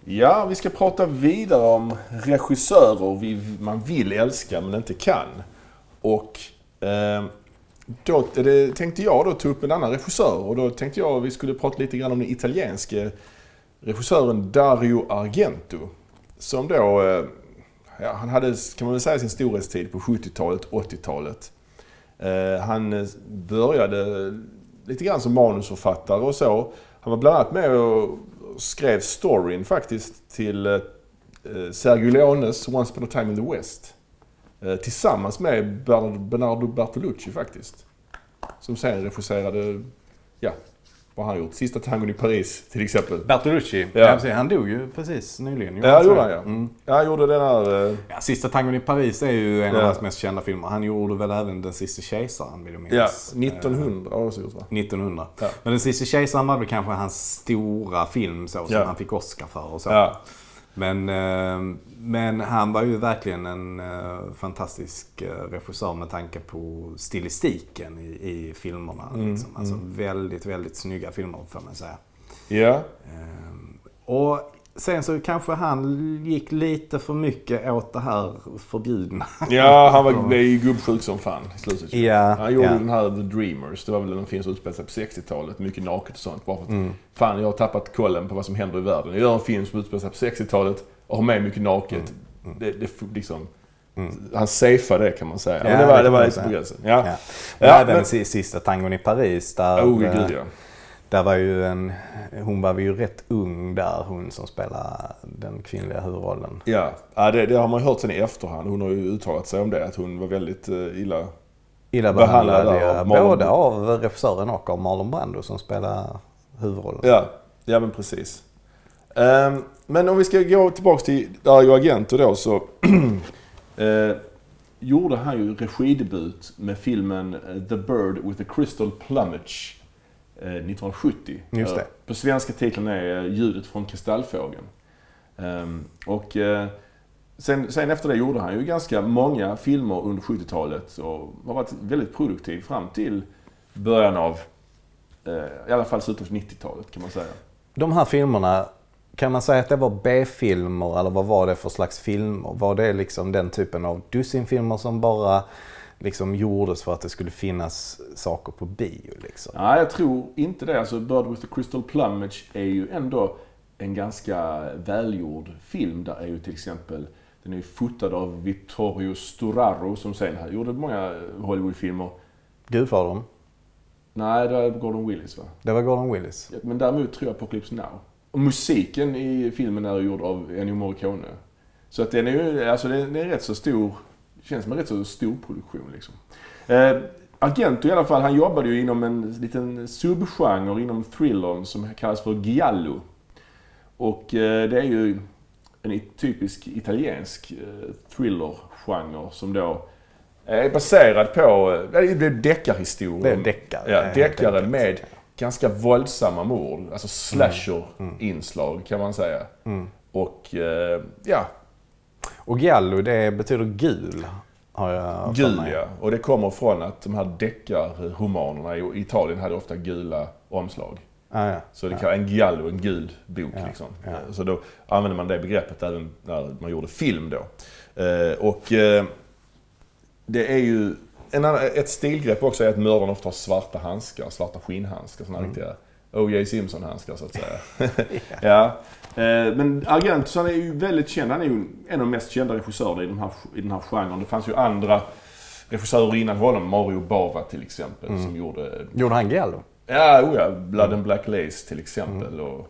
Ja, vi ska prata vidare om regissörer man vill älska men inte kan. Och då tänkte jag då ta upp en annan regissör. Och då tänkte jag att vi skulle prata lite grann om den italienske regissören Dario Argento. Som då, han hade, kan man väl säga, sin storhetstid på 70-talet, 80-talet. Han började lite grann som manusförfattare och så. Han var bland annat med och skrev storyn faktiskt till Sergio Leones Once Upon a Time in the West. Tillsammans med Bernardo Bertolucci faktiskt. Som sen regisserade, vad har han gjort? Sista tangon i Paris till exempel. Bertolucci, han dog ju precis nyligen. Ja, gjorde han, Han gjorde den här... Sista tangon i Paris är ju en av hans mest kända filmer. Han gjorde väl även Den sista kejsaren, vill jag minnas. Ja, 1900 har också gjort, va? 1900. Ja. Men Den sista kejsaren var väl kanske hans stora film som han fick Oscar för och så. Ja. Men han var ju verkligen en fantastisk regissör med tanke på stilistiken i filmerna. Liksom. Alltså väldigt, väldigt snygga filmer, får man säga. Ja. Och sen så kanske han gick lite för mycket åt det här förbjudna. Ja, han blev ju gubbsjuk som fan i slutet. Ja, han gjorde den här The Dreamers. Det var väl en film som utspelade sig på 60-talet. Mycket naket och sånt. Bara för att, fan, jag har tappat kollen på vad som händer i världen. Jag gör en film som utspelar sig på 60-talet och har med mycket naket. Det liksom... Han safeade det, kan man säga. Ja, men det var lite på gränsen. Även sista tangon i Paris där... Där var ju hon var ju rätt ung där, hon som spelar den kvinnliga huvudrollen. Ja, det har man hört sen i efterhand. Hon har ju uttalat sig om det, att hon var väldigt illa behandlad både av regissören och av Marlon Brando som spelar huvudrollen. Ja, men precis. Men om vi ska gå tillbaka till Dario Argento då, så gjorde han ju regidebut med filmen The Bird with the Crystal Plumage 1970. Just det. På svenska titeln är Ljudet från kristallfågeln. Och sen efter det gjorde han ju ganska många filmer under 70-talet och har varit väldigt produktiv fram till början av i alla fall slutet av 90-talet, kan man säga. De här filmerna, kan man säga att det var B-filmer eller vad var det för slags filmer? Var det liksom den typen av dussinfilmer som bara liksom gjordes för att det skulle finnas saker på bio liksom? Nej, jag tror inte det. Alltså Bird with the Crystal Plumage är ju ändå en ganska välgjord film. Där är ju till exempel, den är ju fotad av Vittorio Storaro som sen gjorde många Hollywoodfilmer. Gudfadern? Nej, det var Gordon Willis, va? Det var Gordon Willis. Men däremot tror jag Apocalypse Now. Och musiken i filmen är gjord av Ennio Morricone. Så att den är ju, alltså den är rätt så stor, känns som en rätt så stor produktion liksom. Argento i alla fall, han jobbade ju inom en liten subgenre inom thrillern som kallas för giallo. Och det är ju en typisk italiensk thrillergenre som då är baserad på, det är deckarhistoria. Det är deckare. Ja, deckare med ganska våldsamma mord, alltså slasher-inslag kan man säga. Och Och giallo, det betyder gul, har jag gul, ja. Och det kommer från att de här deckarromanerna i Italien hade ofta gula omslag. Så det kan en giallo, en gul bok liksom. Så då använder man det begreppet även när man gjorde film då. Och det är ju ett stilgrepp också är att mördaren ofta har svarta handskar, svarta skinnhandskar, såna riktiga O.J. Simpson-handskar så att säga. Men Argento, han är ju väldigt känd. Han är ju en av de mest kända regissörerna i den här genren. Det fanns ju andra regissörer innan honom, Mario Bava till exempel, som gjorde han giallo? Ja, Blood and Black Lace till exempel. Och,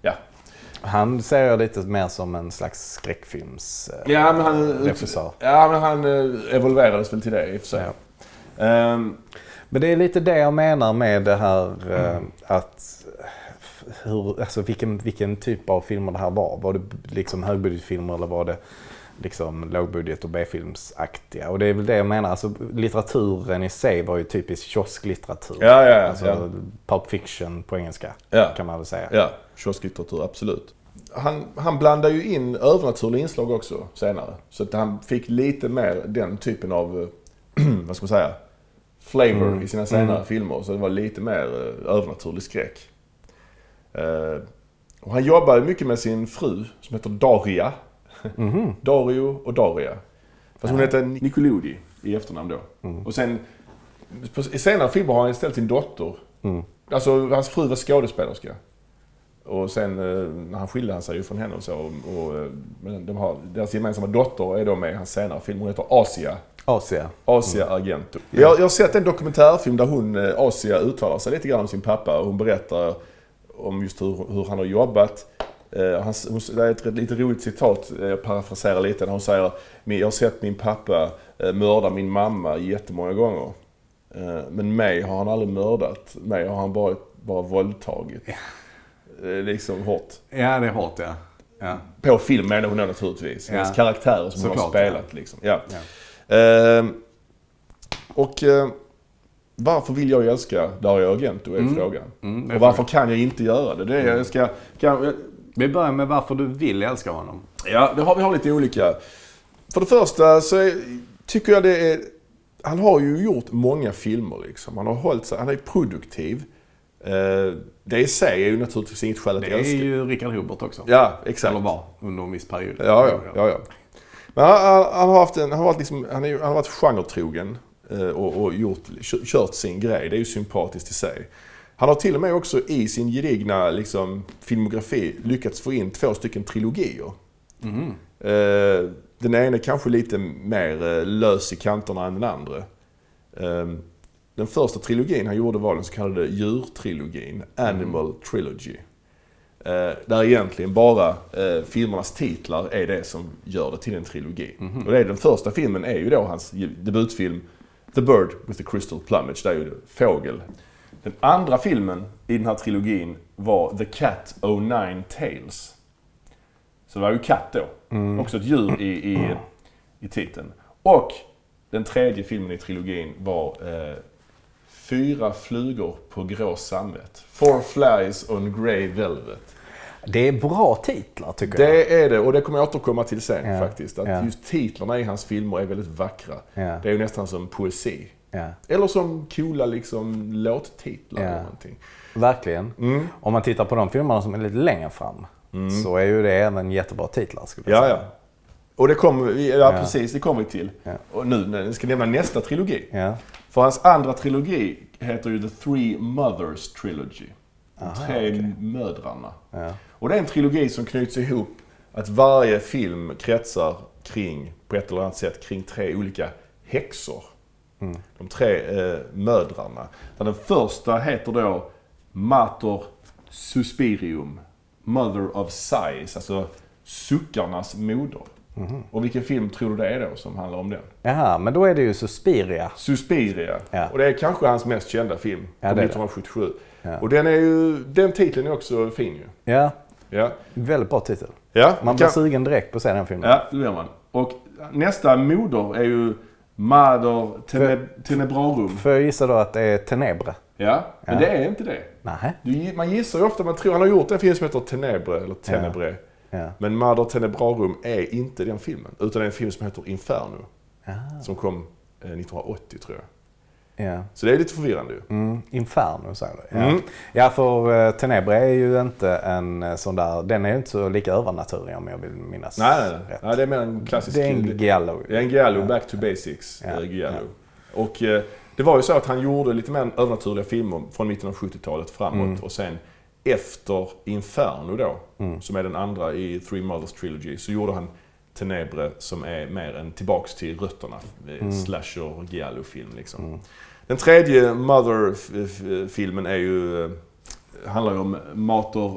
han ser jag lite mer som en slags skräckfilms regissör. Ja, men han evolverades väl till det i och för sig. Men det är lite det jag menar med det här att alltså vilken typ av filmer det här var. Var det liksom högbudgetfilmer eller var det liksom lågbudget och B-filmsaktiga? Och det är väl det jag menar. Alltså, litteraturen i sig var ju typisk kiosklitteratur. Alltså Pulp Fiction på engelska kan man väl säga. Ja, kiosklitteratur, absolut. Han blandar ju in övernaturliga inslag också senare. Så att han fick lite mer den typen av, vad ska man säga, flavor i sina senare filmer. Så det var lite mer övernaturlig skräck. Och han jobbar mycket med sin fru som heter Daria. Dario och Daria. Fast hon heter Nicolodi i efternamn då. Och sen i senare filmer har han istället sin dotter. Alltså hans fru var skådespelerska. Och sen när han skilde han sig ju från henne och så. Men deras gemensamma dotter är då med i hans senare film. Hon heter Asia Argento. Jag har sett en dokumentärfilm där Asia uttalar sig lite grann om sin pappa. Och hon berättar om just hur han har jobbat. Det är ett lite roligt citat, jag parafraserar lite, när hon säger: jag har sett min pappa mörda min mamma jättemånga gånger. Men mig har han aldrig mördat. Mig har han bara våldtagit. Liksom hårt. Ja, det är hårt, ja. På film menar hon naturligtvis. Hennes karaktärer som hon har spelat. Liksom. Ja. Varför vill jag älska Dario Argento är frågan. Och varför kan jag inte göra det? Vi börjar med varför du vill älska honom. Ja, vi har lite olika. För det första så tycker jag det är... Han har ju gjort många filmer liksom. Han har hållit sig, han är produktiv. Det i sig är ju naturligtvis inget skäl att älska. Det är ju Richard Hubert också. Ja, exakt. Eller var under en viss period. Ja. Men han har varit genretrogen och kört sin grej. Det är ju sympatiskt i sig. Han har till och med också i sin gedigna liksom, filmografi lyckats få in 2 stycken trilogier. Den ena är kanske lite mer lös i kanterna än den andra. Den första trilogin han gjorde var den så kallade djurtrilogin, Animal Trilogy. Där egentligen bara filmernas titlar är det som gör det till en trilogi. Och den första filmen är ju då hans debutfilm The Bird with the Crystal Plumage, där är ju fågel. Den andra filmen i den här trilogin var The Cat O' Nine Tails. Så det var ju katt då. Också ett djur i titeln. Och den tredje filmen i trilogin var 4 flugor på grå sammet. 4 Flies on Grey Velvet. Det är bra titlar tycker jag. Det är det, och det kommer jag återkomma till sen faktiskt. Att just titlarna i hans filmer är väldigt vackra. Det är ju nästan som poesi. Eller som coola liksom låttitlar eller någonting. Verkligen. Om man tittar på de filmerna som är lite längre fram så är ju det även jättebra titlar skulle jag säga. Och det kommer precis, det kommer vi till. Och nu ska jag nämna nästa trilogi. För hans andra trilogi heter ju The Three Mothers Trilogy. De 3 mödrarna. Och det är en trilogi som knyts ihop att varje film kretsar på ett eller annat sätt kring 3 olika häxor. De 3 mödrarna. Den första heter då Mater Suspirium, Mother of Sighs, alltså suckarnas moder. Och vilken film tror du det är då som handlar om den? Jaha, men då är det ju Suspiria. Och det är kanske hans mest kända film från 1977. Och den titeln är också fin ju. Ja. Väldigt bra titel. Ja, man blir sugen direkt på att se den filmen. Ja, det gör man. Och nästa moder är ju Mater Tenebrarum. Får jag gissa då att det är Tenebre? Ja, men det är inte det. Nej. Man gissar ju ofta, man tror han har gjort en film som heter Tenebre eller Tenebre. Men Mater Tenebrarum är inte den filmen, utan det är en film som heter Inferno. Som kom 1980 tror jag. Så det är lite förvirrande ju. Inferno säger du. Ja, för Tenebre är ju inte en sån där, den är ju inte så lika övernaturlig om jag vill minnas. Nej, det är mer en klassisk. Det är en giallo. Det är en giallo, back to basics giallo. Och det var ju så att han gjorde lite mer övernaturliga filmer från mitten av 70-talet framåt och sen efter Inferno då, som är den andra i Three Mothers Trilogy, så gjorde han Tenebre som är mer en tillbaks till rötterna, slasher giallo-film liksom. Den tredje Mother-filmen handlar ju om Mater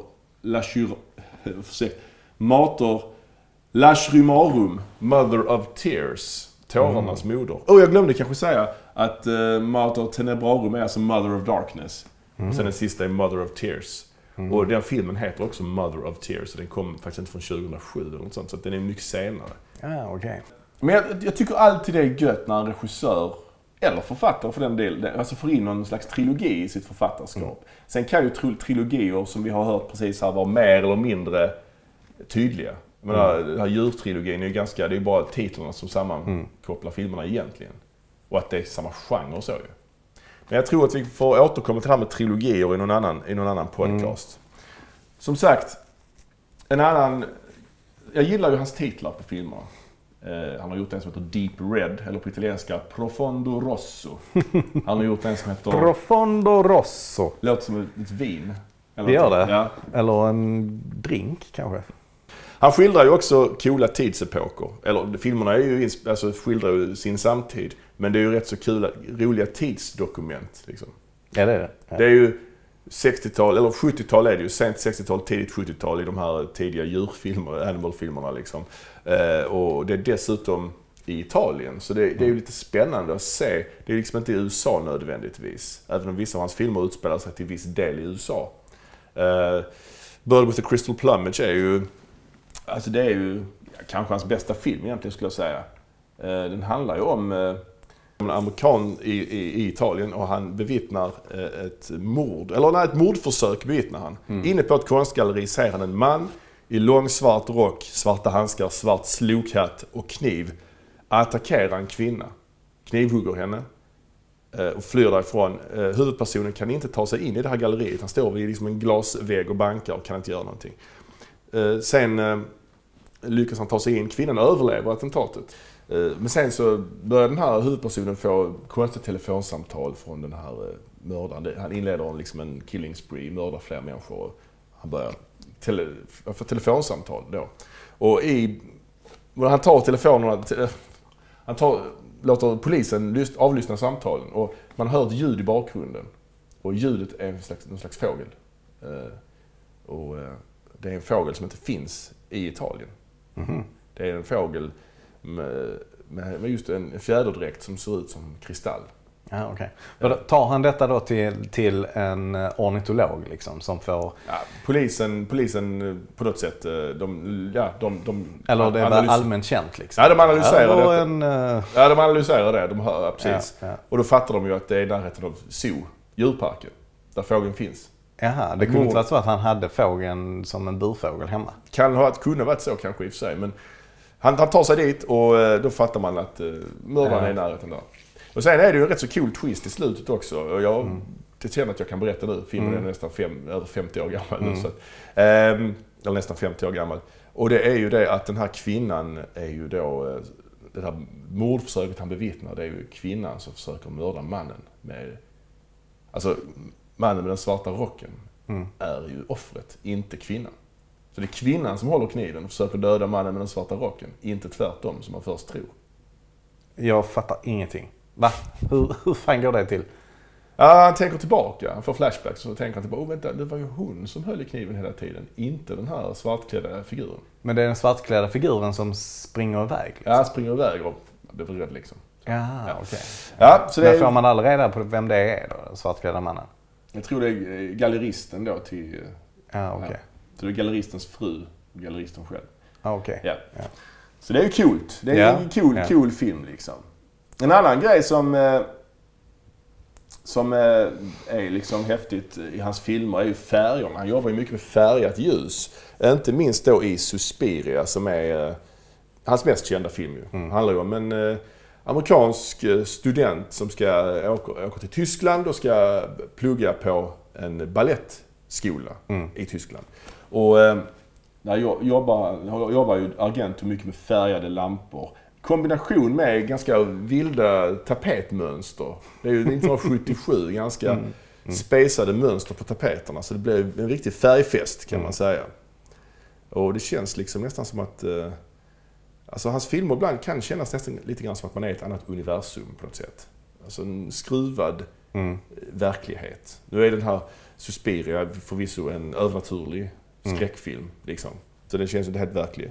Lachrymarum, Mother of Tears, tårarnas moder. Och jag glömde kanske säga att Mater Tenebrarum är alltså Mother of Darkness. Och sen den sista är Mother of Tears. Och den filmen heter också Mother of Tears, och den kom faktiskt inte från 2007 eller något sånt, så att den är mycket senare. Men jag tycker alltid det är gött när en regissör eller författare för den delen, alltså får in någon slags trilogi i sitt författarskap. Sen kan ju trilogier som vi har hört precis här vara mer eller mindre tydliga. Men den här djurtrilogin är ju ganska, det är ju bara titlarna som sammankopplar filmerna egentligen. Och att det är samma genre och så ju. Men jag tror att vi får återkomma till det här med trilogier i någon annan podcast. Som sagt, En annan... Jag gillar ju hans titlar på filmer. Han har gjort en som heter Deep Red, eller på italienska Profondo Rosso. Han har gjort en som heter... Profondo Rosso. Låter som ett vin. Eller det gör det. Ja. Eller en drink kanske. Han skildrar ju också coola tidsepoker. Eller filmerna är ju, alltså, skildrar ju sin samtid. Men det är ju rätt så roliga tidsdokument. Liksom. Ja, det är det. Ja. Det är ju 60-tal, eller 70-tal är det ju. Sent 60-tal, tidigt 70-tal i de här tidiga djurfilmerna, animalfilmerna liksom. Och det är dessutom i Italien. Så det är ju lite spännande att se. Det är liksom inte i USA nödvändigtvis. Även om vissa av hans filmer utspelar sig till viss del i USA. Bird with the Crystal Plumage är ju... Alltså det är ju kanske hans bästa film egentligen skulle jag säga. Den handlar ju om en amerikan i Italien och han bevittnar ett mord. Eller ett mordförsök bevittnar han. Inne på ett konstgalleri ser han en man i lång svart rock, svarta handskar, svart slokhatt och kniv attackerar en kvinna. Knivhugger henne och flyr därifrån. Huvudpersonen kan inte ta sig in i det här galleriet. Han står vid liksom en glasvägg och bankar och kan inte göra någonting. Sen lyckas han ta sig in. Kvinnan överlever attentatet. Men sen så börjar den här huvudpersonen få konstiga telefonsamtal från den här mördaren. Han inleder liksom en killing spree, mördar fler människor. Han börjar få telefonsamtal då. Och han tar telefonerna, låter polisen avlyssna samtalen och man hör ett ljud i bakgrunden. Och ljudet är någon slags fågel. Det är en fågel som inte finns i Italien. Mm-hmm. Det är en fågel med just en fjäderdräkt som ser ut som kristall. Ja, okej. Tar han detta då till en ornitolog liksom, som får... Ja, polisen på något sätt, de eller det är väl allmänt känt liksom? Ja, de analyserar det. Ja, de analyserar det, de hör, precis. Ja. Och då fattar de ju att det är närheten av zoo, djurparken, där fågeln finns. Jaha, det kunde inte vara så att han hade fågeln som en burfågel hemma? Kunde varit så kanske i och för sig, men han tar sig dit och då fattar man att mördaren är i närheten där. Och sen är det ju en rätt så cool twist i slutet också. Och jag känner att jag kan berätta nu. Filmen är nästan över 50 år gammal nu. Så att, eller nästan 50 år gammal. Och det är ju det att den här kvinnan är ju då... Det här mordförsöket han bevittnar, det är ju kvinnan som försöker mörda mannen. Alltså mannen med den svarta rocken är ju offret, inte kvinnan. Så det är kvinnan som håller kniven och försöker döda mannen med den svarta rocken. Inte tvärtom som man först tror. Jag fattar ingenting. Va? Hur fan går det till? Ja, han tänker tillbaka. Han får flashbacks så tänker han tillbaka. Vänta, det var ju hon som höll i kniven hela tiden. Inte den här svartklädda figuren. Men det är den svartklädda figuren som springer iväg? Liksom. Ja, han springer iväg och blir rädd liksom. Jaha, okej. Okay. Ja, så men får man aldrig reda på vem det är då, den svartklädda mannen? Jag tror det är galleristen då till... Ja, okej. Okay. Så det är galleristens fru och galleristen själv. Ja, okej. Okay. Ja. Så det är ju coolt. Det är en cool film liksom. En annan grej som är liksom häftigt i hans filmer är ju färgerna. Han jobbar ju mycket med färgat ljus. Inte minst då i Suspiria som är hans mest kända film ju. Handlar ju om en amerikansk student som ska åka till Tyskland och ska plugga på en ballettskola i Tyskland. Och där jobbar ju Argento mycket med färgade lampor. Kombination med ganska vilda tapetmönster. Det är ju 1977 ganska spacade mönster på tapeterna. Så det blev en riktig färgfest kan man säga. Och det känns liksom nästan som att... Alltså hans filmer ibland kan kännas nästan lite grann som att man är i ett annat universum på något sätt. Alltså en skruvad verklighet. Nu är den här Suspiria förvisso en övernaturlig skräckfilm liksom. Så den känns inte helt verklig.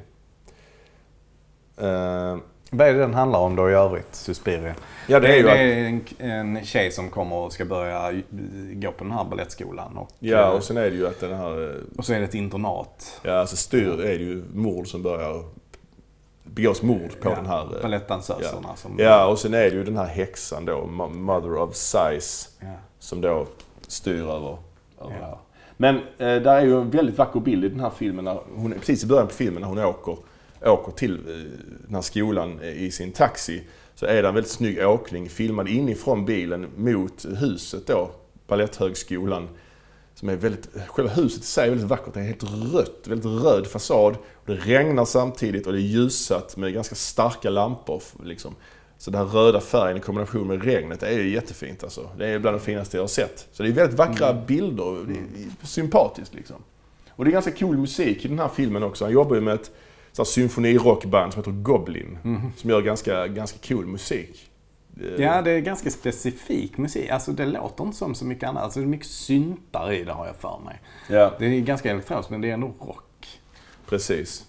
Vad är det den handlar om då i övrigt, Suspiria? Ja, det är en tjej som kommer och ska börja gå på den här ballettskolan. Och sen är det ju att den här... Och så är det ett internat. Ja, alltså är det ju mord som börjar... begås mord på den här... Ballettdansöserna. Ja. Ja, och sen är det ju den här häxan då, Mother of Sighs, som då styr över det här. Men där är ju en väldigt vacker bild i den här filmen, när hon, precis i början på filmen när hon åker till den här skolan i sin taxi, så är det en väldigt snygg åkning filmad inifrån bilen mot huset då, Baletthögskolan, som är väldigt, själva huset i sig är väldigt vackert. Det är helt rött, väldigt röd fasad. Och det regnar samtidigt och det är ljussatt med ganska starka lampor. Liksom. Så den här röda färgen i kombination med regnet är ju jättefint. Alltså. Det är bland det finaste jag har sett. Så det är väldigt vackra bilder. Det är sympatiskt liksom. Och det är ganska cool musik i den här filmen också. Han jobbar ju med ett symfonirockband som heter Goblin. Som gör ganska cool musik. Ja, det är ganska specifik musik. Alltså det låter inte som så mycket annat. Alltså det är mycket syntar i det, har jag för mig. Ja. Det är ganska elektroniskt, men det är nog rock. Precis.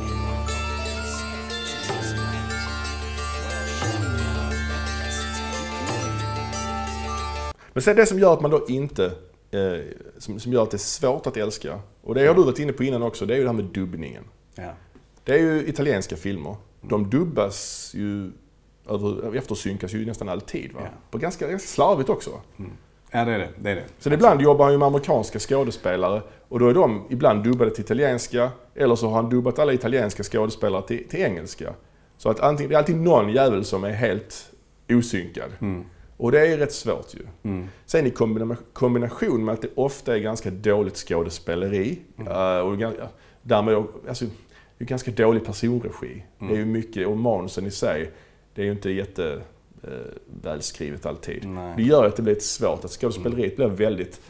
Men sen det som gör att man då inte, som gör att det är svårt att älska, och det har du varit inne på innan också, det är ju det här med dubbningen. Ja. Det är ju italienska filmer. De dubbas ju, eftersynkas ju nästan alltid, va? Ja. På ganska slarvigt också. Ja, det är det. Så ibland jobbar han ju med amerikanska skådespelare och då är de ibland dubbade till italienska, eller så har han dubbat alla italienska skådespelare till engelska. Så att det är alltid någon jävel som är helt osynkad. Och det är rätt svårt ju. Sen i kombination med att det ofta är ganska dåligt skådespeleri och därmed alltså, det är ganska dålig personregi. Det är ju mycket, och manusen i sig, det är ju inte välskrivet alltid. Nej. Det gör att det blir lite svårt, att skådespeleriet blir väldigt,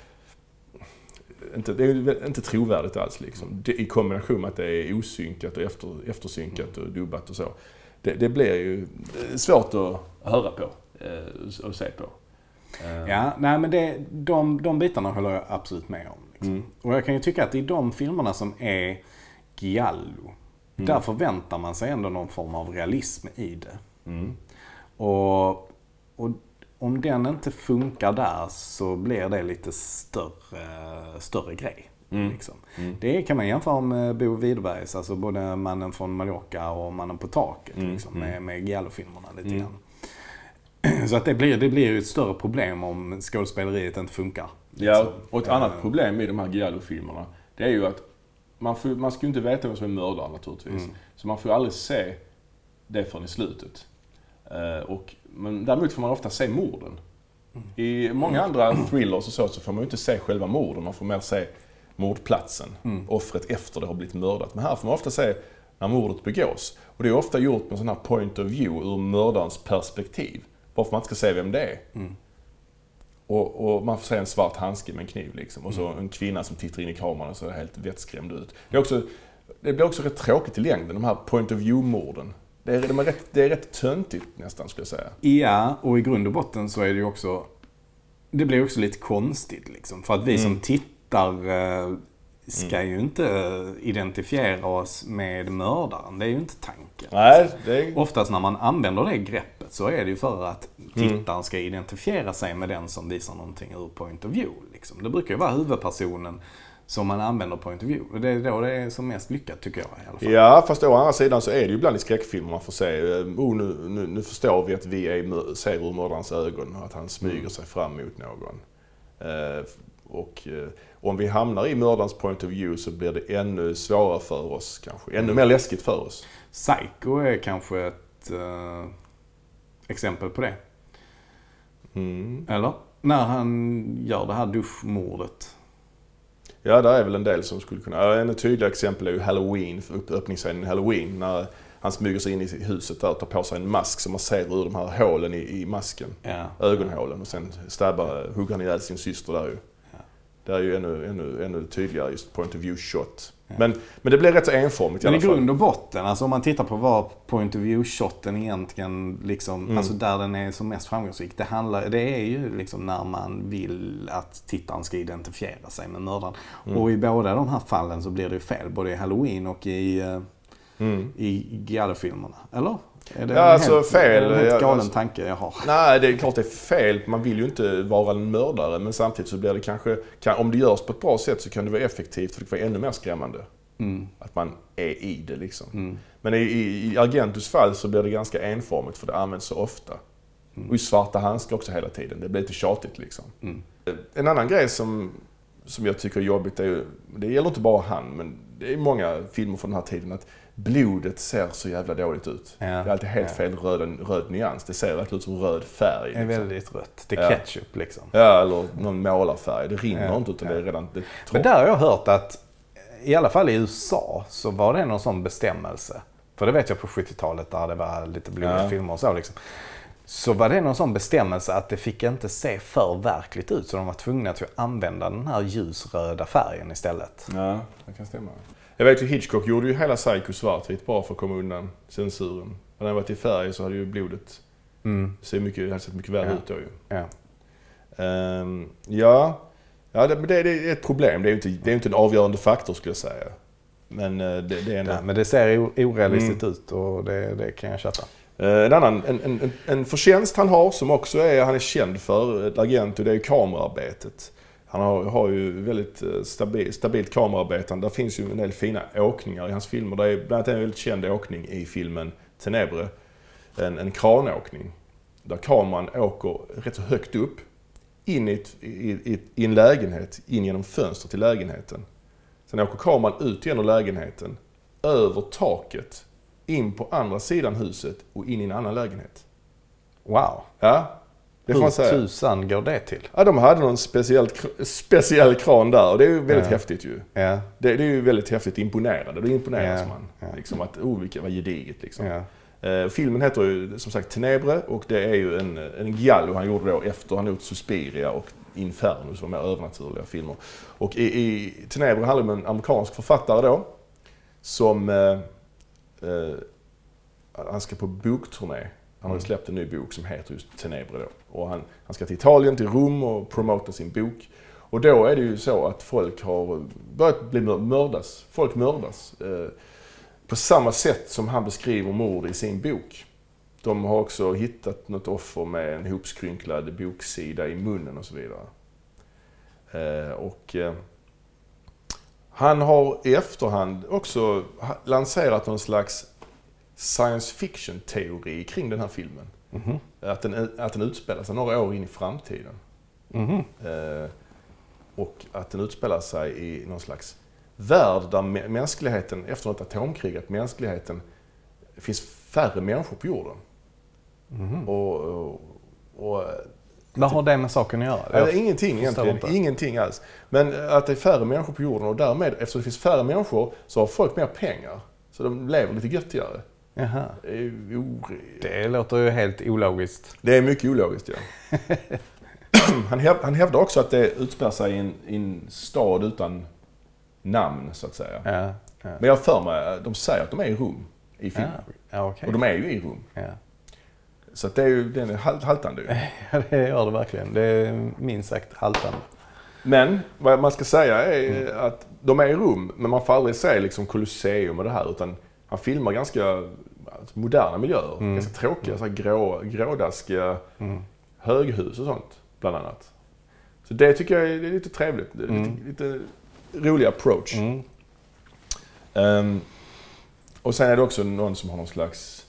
det är inte trovärdigt alls liksom. I kombination med att det är osynkat och eftersynkat och dubbat och så. Det blir ju svårt att höra på och se på. Ja, nej men de bitarna håller jag absolut med om. Liksom. Och jag kan ju tycka att i de filmerna som är giallo, där förväntar man sig ändå någon form av realism i det. Och om den inte funkar där så blir det lite större grej. Liksom. Det kan man jämföra med Bo Widerbergs, alltså både Mannen från Mallorca och Mannen på taket liksom, med giallo-filmerna lite grann. Så att det blir ju ett större problem om skådespeleriet inte funkar. Liksom. Ja, och ett annat problem i de här giallo-filmerna, det är ju att man ska ju inte veta vem som är mördaren naturligtvis. Så man får ju aldrig se det förrän i slutet. Men däremot får man ofta se morden. I många andra thrillers och så får man ju inte se själva morden, man får mer se mordplatsen, offret efter det har blivit mördat. Men här får man ofta se när mordet begås. Och det är ofta gjort med en sån här point of view ur mördarens perspektiv. Varför man inte ska se vem det är. Och man får se en svart handske med en kniv liksom. Och så en kvinna som tittar in i kameran och ser helt vettskrämd ut. Det blir också rätt tråkigt i längden, de här point of view-morden. Det är rätt töntigt nästan, skulle jag säga. Ja, och i grund och botten så är det ju också, det blir också lite konstigt liksom. För att vi som tittar ska ju inte identifiera oss med mördaren. Det är ju inte tanken. Nej, Oftast när man använder det greppet så är det ju för att tittaren ska identifiera sig med den som visar någonting ur point of view. Liksom. Det brukar ju vara huvudpersonen som man använder point of view. Det är då det är som mest lyckat, tycker jag i alla fall. Ja, fast å andra sidan så är det ju ibland i skräckfilmer man får se nu förstår vi att vi ser ur mördarens ögon och att han smyger sig fram mot någon. Och om vi hamnar i mördarens point of view så blir det ännu svårare för oss kanske. Ännu mer läskigt för oss. Psycho är kanske ett exempel på det. Eller? När han gör det här duschmordet. Ja, där är väl en del som skulle kunna... En tydlig exempel är ju Halloween, öppningsscenen i Halloween, när han smyger sig in i huset där och tar på sig en mask som man ser ur de här hålen i masken. Ja. Ögonhålen, och sen hugger han ihjäl sin syster där ju. Ja. Det är ju ännu tydligare just point of view shot. Ja. Men det blir rätt så enformigt i alla fall. Men i grund och botten, alltså om man tittar på vad point of view shoten egentligen liksom, alltså där den är som mest framgångsrik, det är ju liksom när man vill att tittaren ska identifiera sig med mördaren. Och i båda de här fallen så blir det ju fel, både i Halloween och i giallo-filmerna, eller? Är det fel. En helt galen tanke jag har? Nej, det är klart det är fel. Man vill ju inte vara en mördare, men samtidigt så blir det kanske, om det görs på ett bra sätt så kan det vara effektivt, för det kan vara ännu mer skrämmande. Att man är i det liksom. Men i Argentos fall så blir det ganska enformigt, för det används så ofta. Och i svarta handskar också hela tiden. Det blir lite tjatigt liksom. En annan grej som jag tycker är jobbigt är ju, det gäller inte bara han, men det är många filmer från den här tiden, att blodet ser så jävla dåligt ut. Ja. Det är alltid helt fel röd nyans. Det ser verkligen ut som röd färg. Det är väldigt rött. Det är ketchup liksom. Ja, eller någon målarfärg. Det rinner inte utan det är redan... Men där har jag hört att i alla fall i USA så var det någon sån bestämmelse. För det vet jag på 70-talet där det var lite blodiga filmer och så liksom. Så var det någon sån bestämmelse att det fick inte se för verkligt ut. Så de var tvungna att använda den här ljusröda färgen istället. Ja, det kan stämma. Jag vet ju Hitchcock gjorde ju hela Psycho svartvitt bara för att komma undan censuren. När den var i färg så hade ju blodet hade sett mycket värre ut då ju. Ja. Det är ett problem. Det är inte en avgörande faktor skulle jag säga. Men det är ändå... men det ser orealistiskt ut och det kan jag köpa. En annan en förtjänst han har som också han är känd för, ett agent, och det är ju kamerarbetet. Han har ju väldigt stabilt kamerarbetande. Där finns ju en del fina åkningar i hans filmer. Det är bland annat en väldigt känd åkning i filmen Tenebre. En kranåkning. Där kameran åker rätt så högt upp in i en lägenhet, in genom fönster till lägenheten. Sen åker kameran ut genom lägenheten, över taket, in på andra sidan huset och in i en annan lägenhet. Wow. Ja, det får man säga. Hur tusan går det till? Ja, de hade någon speciell kran där och det är ju väldigt häftigt ju. Ja. Det är ju väldigt häftigt, imponerande. Då imponeras man. Liksom att, vilket var gediget liksom. Ja. Filmen heter ju som sagt Tenebre och det är ju en giallo han gjorde då efter han gjort Suspiria och Inferno som var mer övernaturliga filmer. Och i Tenebre handlar det om en amerikansk författare då som han ska på bokturné. Han har ju släppt en ny bok som heter just Tenebre då. Och han ska till Italien, till Rom och promota sin bok. Och då är det ju så att folk har börjat bli mördas. Folk mördas. På samma sätt som han beskriver mord i sin bok. De har också hittat något offer med en hopskrynklad boksida i munnen och så vidare. Han har i efterhand också lanserat någon slags science fiction-teori kring den här filmen. Att den utspelar sig några år in i framtiden. Och att den utspelar sig i någon slags värld där mänskligheten, efter ett atomkrig, att mänskligheten finns färre människor på jorden. Vad har det med saken att göra? Ingenting egentligen. Ingenting alls. Men att det är färre människor på jorden och därmed, eftersom det finns färre människor, så har folk mer pengar. Så de lever lite göttigare. Jaha. Det låter ju helt ologiskt. Det är mycket ologiskt, ja. Han hävdar också att det utspelar sig i en stad utan namn, så att säga. Ja. Men jag för mig, de säger att de är i Rom i filmen. Okay. Och de är ju i Rom. Ja. Så att den är haltande ju. Ja, det gör det verkligen. Det är minst sagt haltande. Men vad man ska säga är att de är i Rom, men man får aldrig se liksom Colosseum och det här, utan han filmar ganska moderna miljöer. Ganska tråkiga, så här grådaskiga höghus och sånt, bland annat. Så det tycker jag är lite trevligt. Lite rolig approach. Och sen är det också någon som har någon slags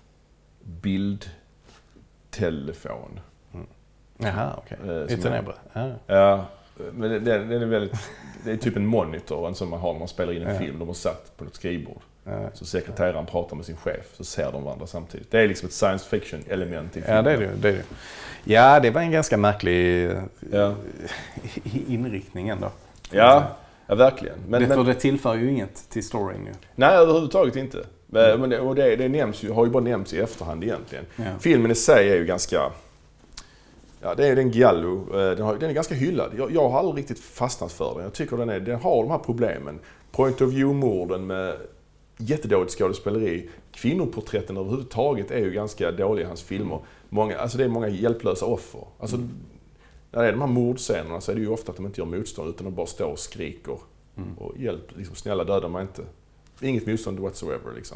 bildtelefon. Jaha, okej. I Tenebre. Ja, men den är väldigt... Det är typ en monitor som man har när man spelar in en film. De har satt på ett skrivbord. Så sekreteraren pratar med sin chef, så ser de varandra samtidigt. Det är liksom ett science fiction element i filmen. Ja, det är det. Ja, det var en ganska märklig inriktning ändå. Ja, verkligen. Men det tillför ju inget till storyn nu. Nej, överhuvudtaget inte. Men det nämns ju, har ju bara nämnts i efterhand egentligen. Ja. Filmen i sig är ju ganska... Ja, det är en giallo. Den är ganska hyllad. Jag har aldrig riktigt fastnat för den. Jag tycker den har de här problemen. Point of view-morden med jättedåligt skådespeleri. Kvinnoporträtten överhuvudtaget är ju ganska dåliga i hans filmer. Det är många hjälplösa offer. Alltså, när det är de här mordscenerna så är det ju ofta att de inte gör motstånd utan de bara står och skriker. Och hjälp, liksom, snälla döda mig inte. Inget motstånd whatsoever liksom.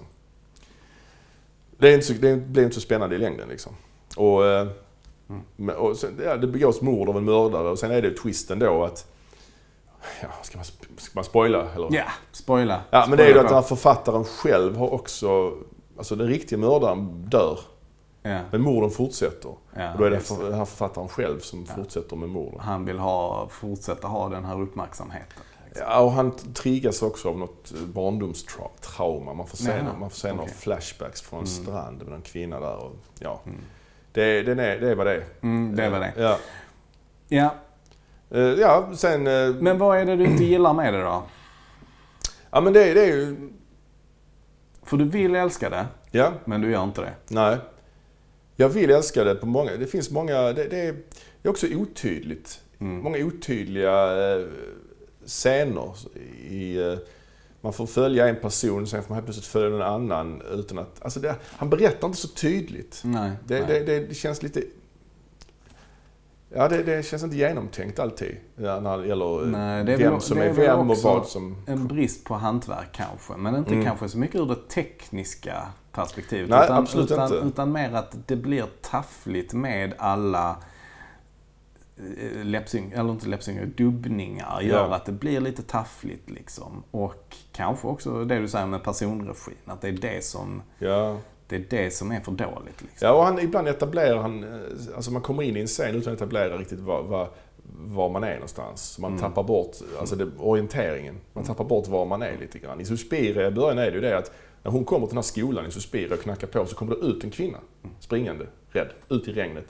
Det blir inte så spännande i längden liksom. Och sen, det begås mord av en mördare och sen är det twisten då att ska man spoila eller? Ja, spoila. Ja, men det är ju att den här författaren själv har också, alltså den riktiga mördaren dör. Ja. Men morden fortsätter. Ja, och då är det den här författaren själv som fortsätter med morden. Han vill fortsätta ha den här uppmärksamheten. Liksom. Ja, och han triggas också av något barndomstrauma. Man får se några flashbacks från strand med en kvinna där. Och, ja. Det är vad det är. Det är vad det är. Ja. Ja. Ja, sen... Men vad är det du inte gillar med det då? Ja, men det är ju... För du vill älska det, men du gör inte det. Nej. Jag vill älska det på många... Det finns många... Det är också otydligt. Många otydliga scener. Man får följa en person, sen får man helt plötsligt följa någon annan utan att... Alltså han berättar inte så tydligt. Nej. Det känns lite... Ja, det känns inte genomtänkt alltid. När det gäller vem som är vem och vad som... En brist på hantverk kanske. Men inte kanske så mycket ur det tekniska perspektivet. Nej, absolut inte. Utan mer att det blir taffligt med alla dubbningar. Gör att det blir lite taffligt liksom. Och kanske också det du säger med personregin. Att det är det som... Ja. Det är det som är för dåligt. Liksom. Ja, och ibland etablerar alltså man kommer in i en scen utan att etablera riktigt var man är någonstans. Så man tappar bort orienteringen. Man tappar bort var man är lite grann. I Suspiria i början är det ju det att när hon kommer till den här skolan i Suspiria och knackar på så kommer det ut en kvinna springande, rädd, ut i regnet.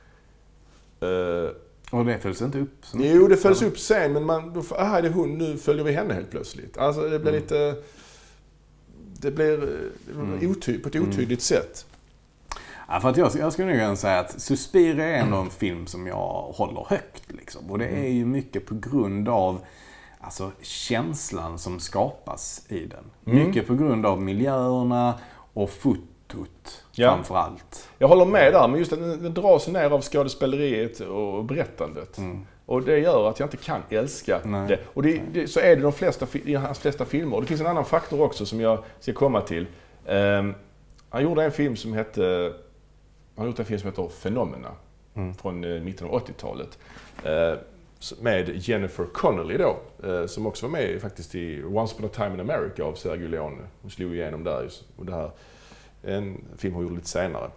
Och det följs inte upp? Jo, det följs upp sen, men är det hon, nu följer vi henne helt plötsligt. Alltså det blir lite... Det blir på ett otydligt sätt. Ja, för att jag skulle nog säga att Suspiria är ändå en film som jag håller högt. Liksom. Och det är ju mycket på grund av känslan som skapas i den. Mycket på grund av miljöerna och fotot framförallt. Jag håller med där, men just att den dras ner av skådespeleriet och berättandet. Och det gör att jag inte kan älska det. Och så är det i hans flesta filmer. Och det finns en annan faktor också som jag ska komma till. Han gjorde en film som heter Phenomena från mitten av 80-talet. Med Jennifer Connelly då, som också var med faktiskt i Once upon a time in America av Sergio Leone. Hon slog igenom där just. Och det här en film hon gjorde lite senare.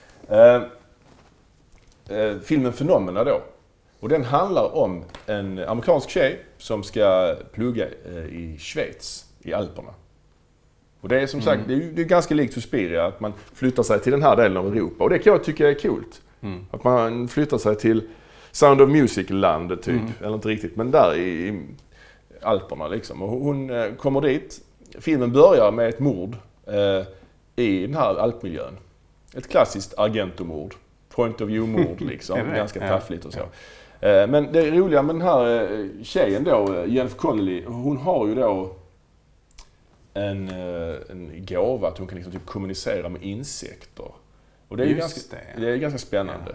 Filmen Phenomena då. Och den handlar om en amerikansk tjej som ska plugga i Schweiz, i Alperna. Och det är som sagt, det är ganska likt Suspiria att man flyttar sig till den här delen av Europa. Och det kan jag tycka är coolt. Att man flyttar sig till Sound of Music-landet typ. Eller inte riktigt, men där i Alperna liksom. Och hon kommer dit. Filmen börjar med ett mord i den här alpmiljön. Ett klassiskt Argento-mord. Point of view-mord liksom. Ganska taffligt och så. Men det roliga med den här tjejen då, Jennifer Connelly, hon har ju då en gåva att hon kan liksom typ kommunicera med insekter. Och det är ju ganska spännande.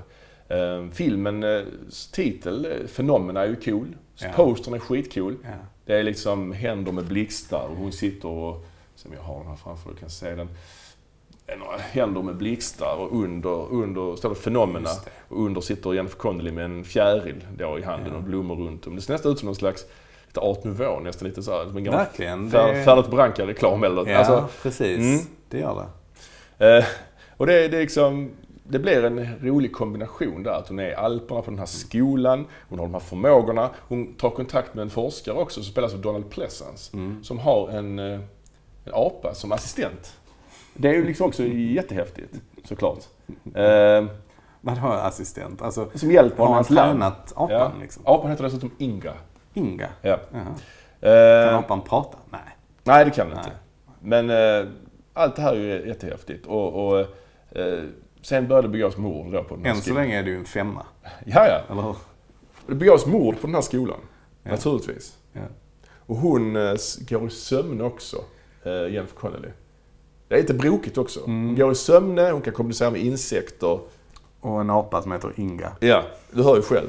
Filmens titel, Phenomena, är ju cool. Postern är skitcool. Det är liksom händer med blixtar och hon sitter och, som jag har den här framför, du kan se den. Några händer med blixtar och under står det Phenomena och under sitter Jennifer Connelly med en fjäril då i handen och blommor runt om. Det ser nästan ut som någon slags lite Art Nouveau, nästan lite så här som en gammal Färdigt Branca-reklam eller ja, precis. Det gör det. Och det är liksom, det blir en rolig kombination där att hon är i Alperna på den här skolan, hon har de här förmågorna, hon tar kontakt med en forskare också som spelas av Donald Pleasence som har en apa som assistent. Det är ju liksom också jättehäftigt, såklart. Vad har assistent? Alltså, som hjälper honom att tränat apan liksom? Apan heter dessutom Inga. Inga? Ja. Kan apan prata? Nej, det kan den inte. Men allt det här är ju jättehäftigt. Och sen började det begås mord då på den här skolan. Än så länge är det ju en 5. Ja. Eller hur? Det begås mord på den här skolan. Naturligtvis. Ja. Och hon går i sömn också, Jennifer Connelly. Det är lite brokigt också. Hon går i sömne, hon kan kommunicera med insekter. Och en apa som heter Inga. Ja, du hör ju själv.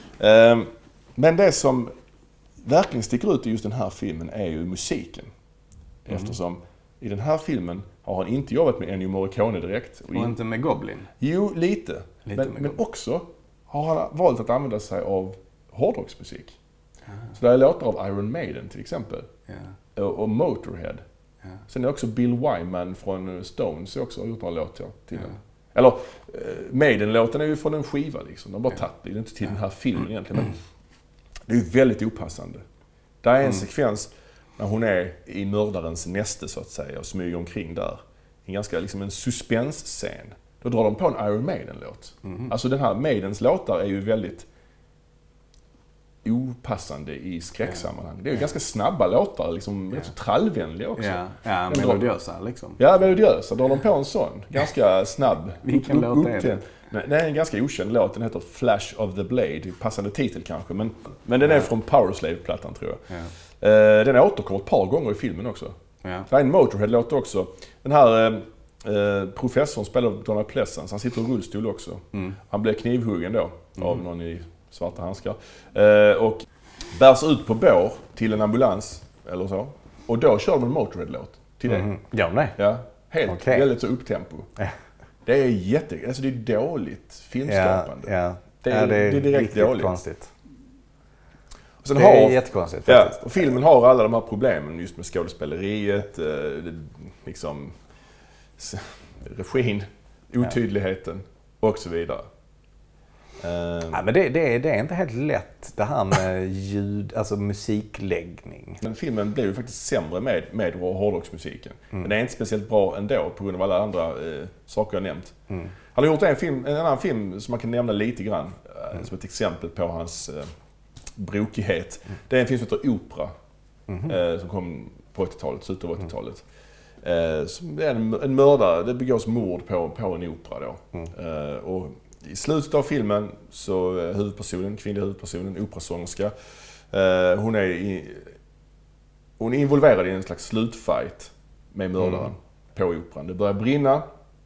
Men det som verkligen sticker ut i just den här filmen är ju musiken. Eftersom i den här filmen har han inte jobbat med Ennio Morricone direkt. Och inte med Goblin? Jo, lite. Men också har han valt att använda sig av hårdrocksmusik. Så det är låtar av Iron Maiden till exempel. Och Motorhead. Sen är också Bill Wyman från Stones också har gjort några låtar till den. Eller Maiden-låten är ju från en skiva liksom. De har bara tagit det inte till den här filmen egentligen. Men det är ju väldigt opassande. Där är en sekvens när hon är i mördarens näste så att säga och smyger omkring där. En ganska liksom en suspensscen. Då drar de på en Iron Maiden-låt. Alltså den här Maidens låtar är ju väldigt opassande i skräcksammanhang. Det är ju ganska snabba låtar, liksom rätt så trallvänliga också. Ja, melodiösa liksom. Ja, melodiösa. Drar de på en sån. Ganska snabb. Vilken låt är det? Det är en ganska okänd låt. Den heter Flash of the Blade. Passande titel kanske. Men den är från Powerslave-plattan tror jag. Ja. Den återkommer ett par gånger i filmen också. Ja. Det är en Motorhead-låt också. Den här professorn spelar Donald Pleasence. Han sitter i rullstol också. Han blev knivhuggen då av någon i svarta handskar. Och bärs ut på bår till en ambulans eller så. Och då kör de en Motorhead-låt till det. Ja, nej. Ja, helt väldigt så upptempo. Det är alltså det är dåligt filmskapande. Ja. Det är direkt dåligt. Konstigt. Och sen det är jättekonstigt faktiskt. Och filmen har alla de här problemen just med skådespeleriet, liksom regin, otydligheten och så vidare. Ja, men det är inte helt lätt det här med ljud, alltså musikläggning. Men filmen blev ju faktiskt sämre med hårdrocksmusiken. Men det är inte speciellt bra ändå på grund av alla andra saker jag nämnt. Han har gjort en annan film som man kan nämna lite grann som ett exempel på hans brokighet. Det är en film som heter Opera som kom på 80-talet, slutet av 80-talet. Det är en mördare, det begås mord på en opera då. Och i slutet av filmen så kvinnliga huvudpersonen, operasångerska, hon är involverad i en slags slutfight med mördaren på operan. Det börjar brinna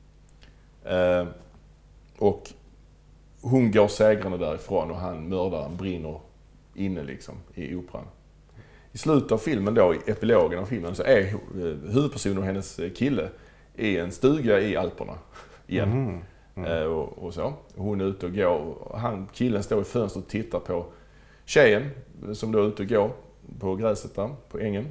och hon går segrande därifrån och mördaren brinner inne liksom i operan. I slutet av filmen då, i epilogen av filmen, så är huvudpersonen och hennes kille i en stuga i Alperna igen. Och så. Hon är ute och går och killen står i fönstret och tittar på tjejen som då är ute och går på gräset där, på ängen.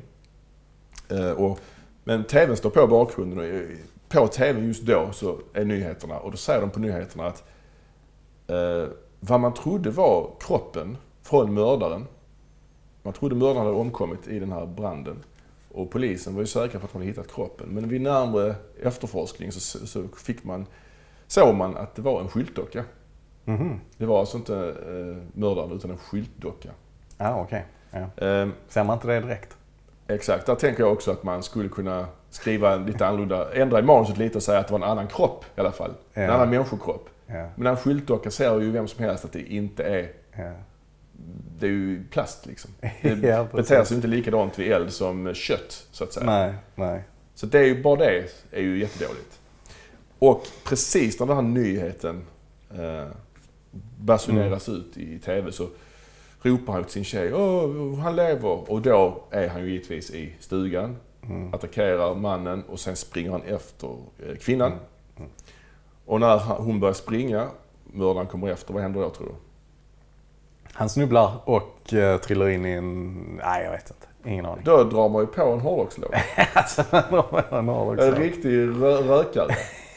Men tvn står på bakgrunden och på tvn just då så är nyheterna och då säger de på nyheterna att vad man trodde var kroppen från mördaren. Man trodde mördaren hade omkommit i den här branden och polisen var ju säkra på att man hade hittat kroppen. Men vid närmare efterforskning så såg man att det var en skyltdocka. Det var alltså inte mördaren utan en skyltdocka. Ja, okej. Ja. Ser man inte det direkt? Exakt, där tänker jag också att man skulle kunna skriva lite annorlunda, ändra i manuset lite och säga att det var en annan kropp i alla fall. Ja. En annan människokropp. Ja. Men en skyltdocka ser ju vem som helst att det inte är... Ja. Det är ju plast liksom. Det beter sig inte likadant vid eld som kött så att säga. Nej. Så det är ju bara det är ju jättedåligt. Och precis när den här nyheten basuneras ut i tv så ropar han ut sin tjej, han lever. Och då är han ju givetvis i stugan, attackerar mannen och sen springer han efter kvinnan. Och när hon börjar springa, mördaren kommer efter, vad händer då tror du? Han snubblar och trillar in i nej jag vet inte. Ingen aning. Då drar man ju på en hårdrockslåt. Alltså man drar på en hårdrockslåt. En riktig rökare.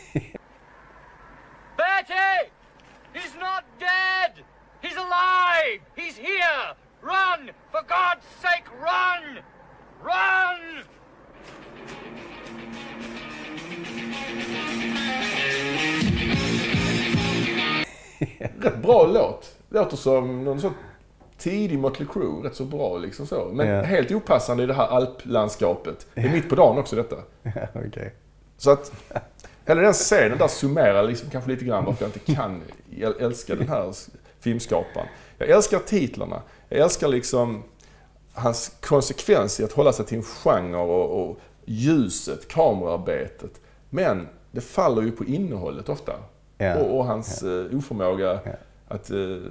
Betty! He's not dead! He's alive! He's here! Run! For God's sake, run! Run! Rätt bra låt. Låter som någon sån tidig Mötley Crüe, rätt så bra liksom så. Men helt opassande i det här alplandskapet. Det är mitt på dagen också detta. Okay. Så att hela den scenen där summerar liksom kanske lite grann varför jag inte kan älska den här filmskaparen. Jag älskar titlarna. Jag älskar liksom hans konsekvens i att hålla sig till en genre och ljuset, kamerarbetet. Men det faller ju på innehållet ofta. Och hans oförmåga att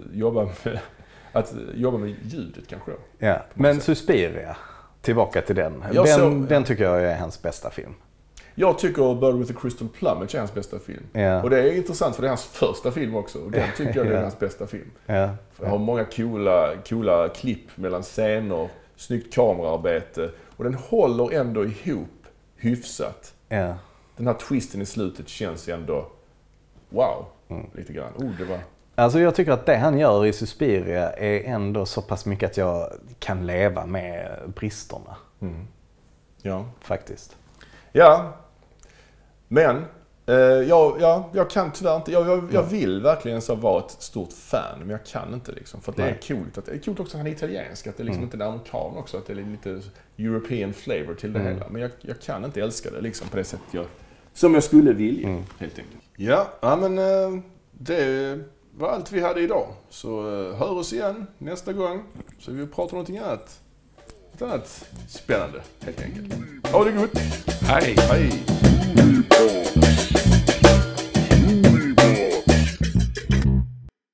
jobba med ljudet kanske. Ja. Men Suspiria, tillbaka till den. Den tycker jag är hans bästa film. Jag tycker Bird with a Crystal Plumage är hans bästa film. Och det är intressant för det är hans första film också. Och den tycker jag är hans bästa film. Jag har många coola klipp mellan scener, snyggt kameraarbete. Och den håller ändå ihop hyfsat. Den här twisten i slutet känns ändå wow, lite grann. Det var... Alltså jag tycker att det han gör i Suspiria är ändå så pass mycket att jag kan leva med bristerna. Ja. Faktiskt. Ja. Men jag kan tyvärr inte. Jag vill verkligen så vara ett stort fan, men jag kan inte liksom. För att det är coolt. Det är coolt också att han är italiensk. Att det är liksom inte en amerikan också. Att det är lite European flavor till det hela. Men jag kan inte älska det liksom på det sättet som jag skulle vilja. Helt enkelt. Ja, men det var allt vi hade idag. Så hör oss igen nästa gång. Så vi pratar om någonting annat spännande helt enkelt. Ha det gott. Hej. Hej.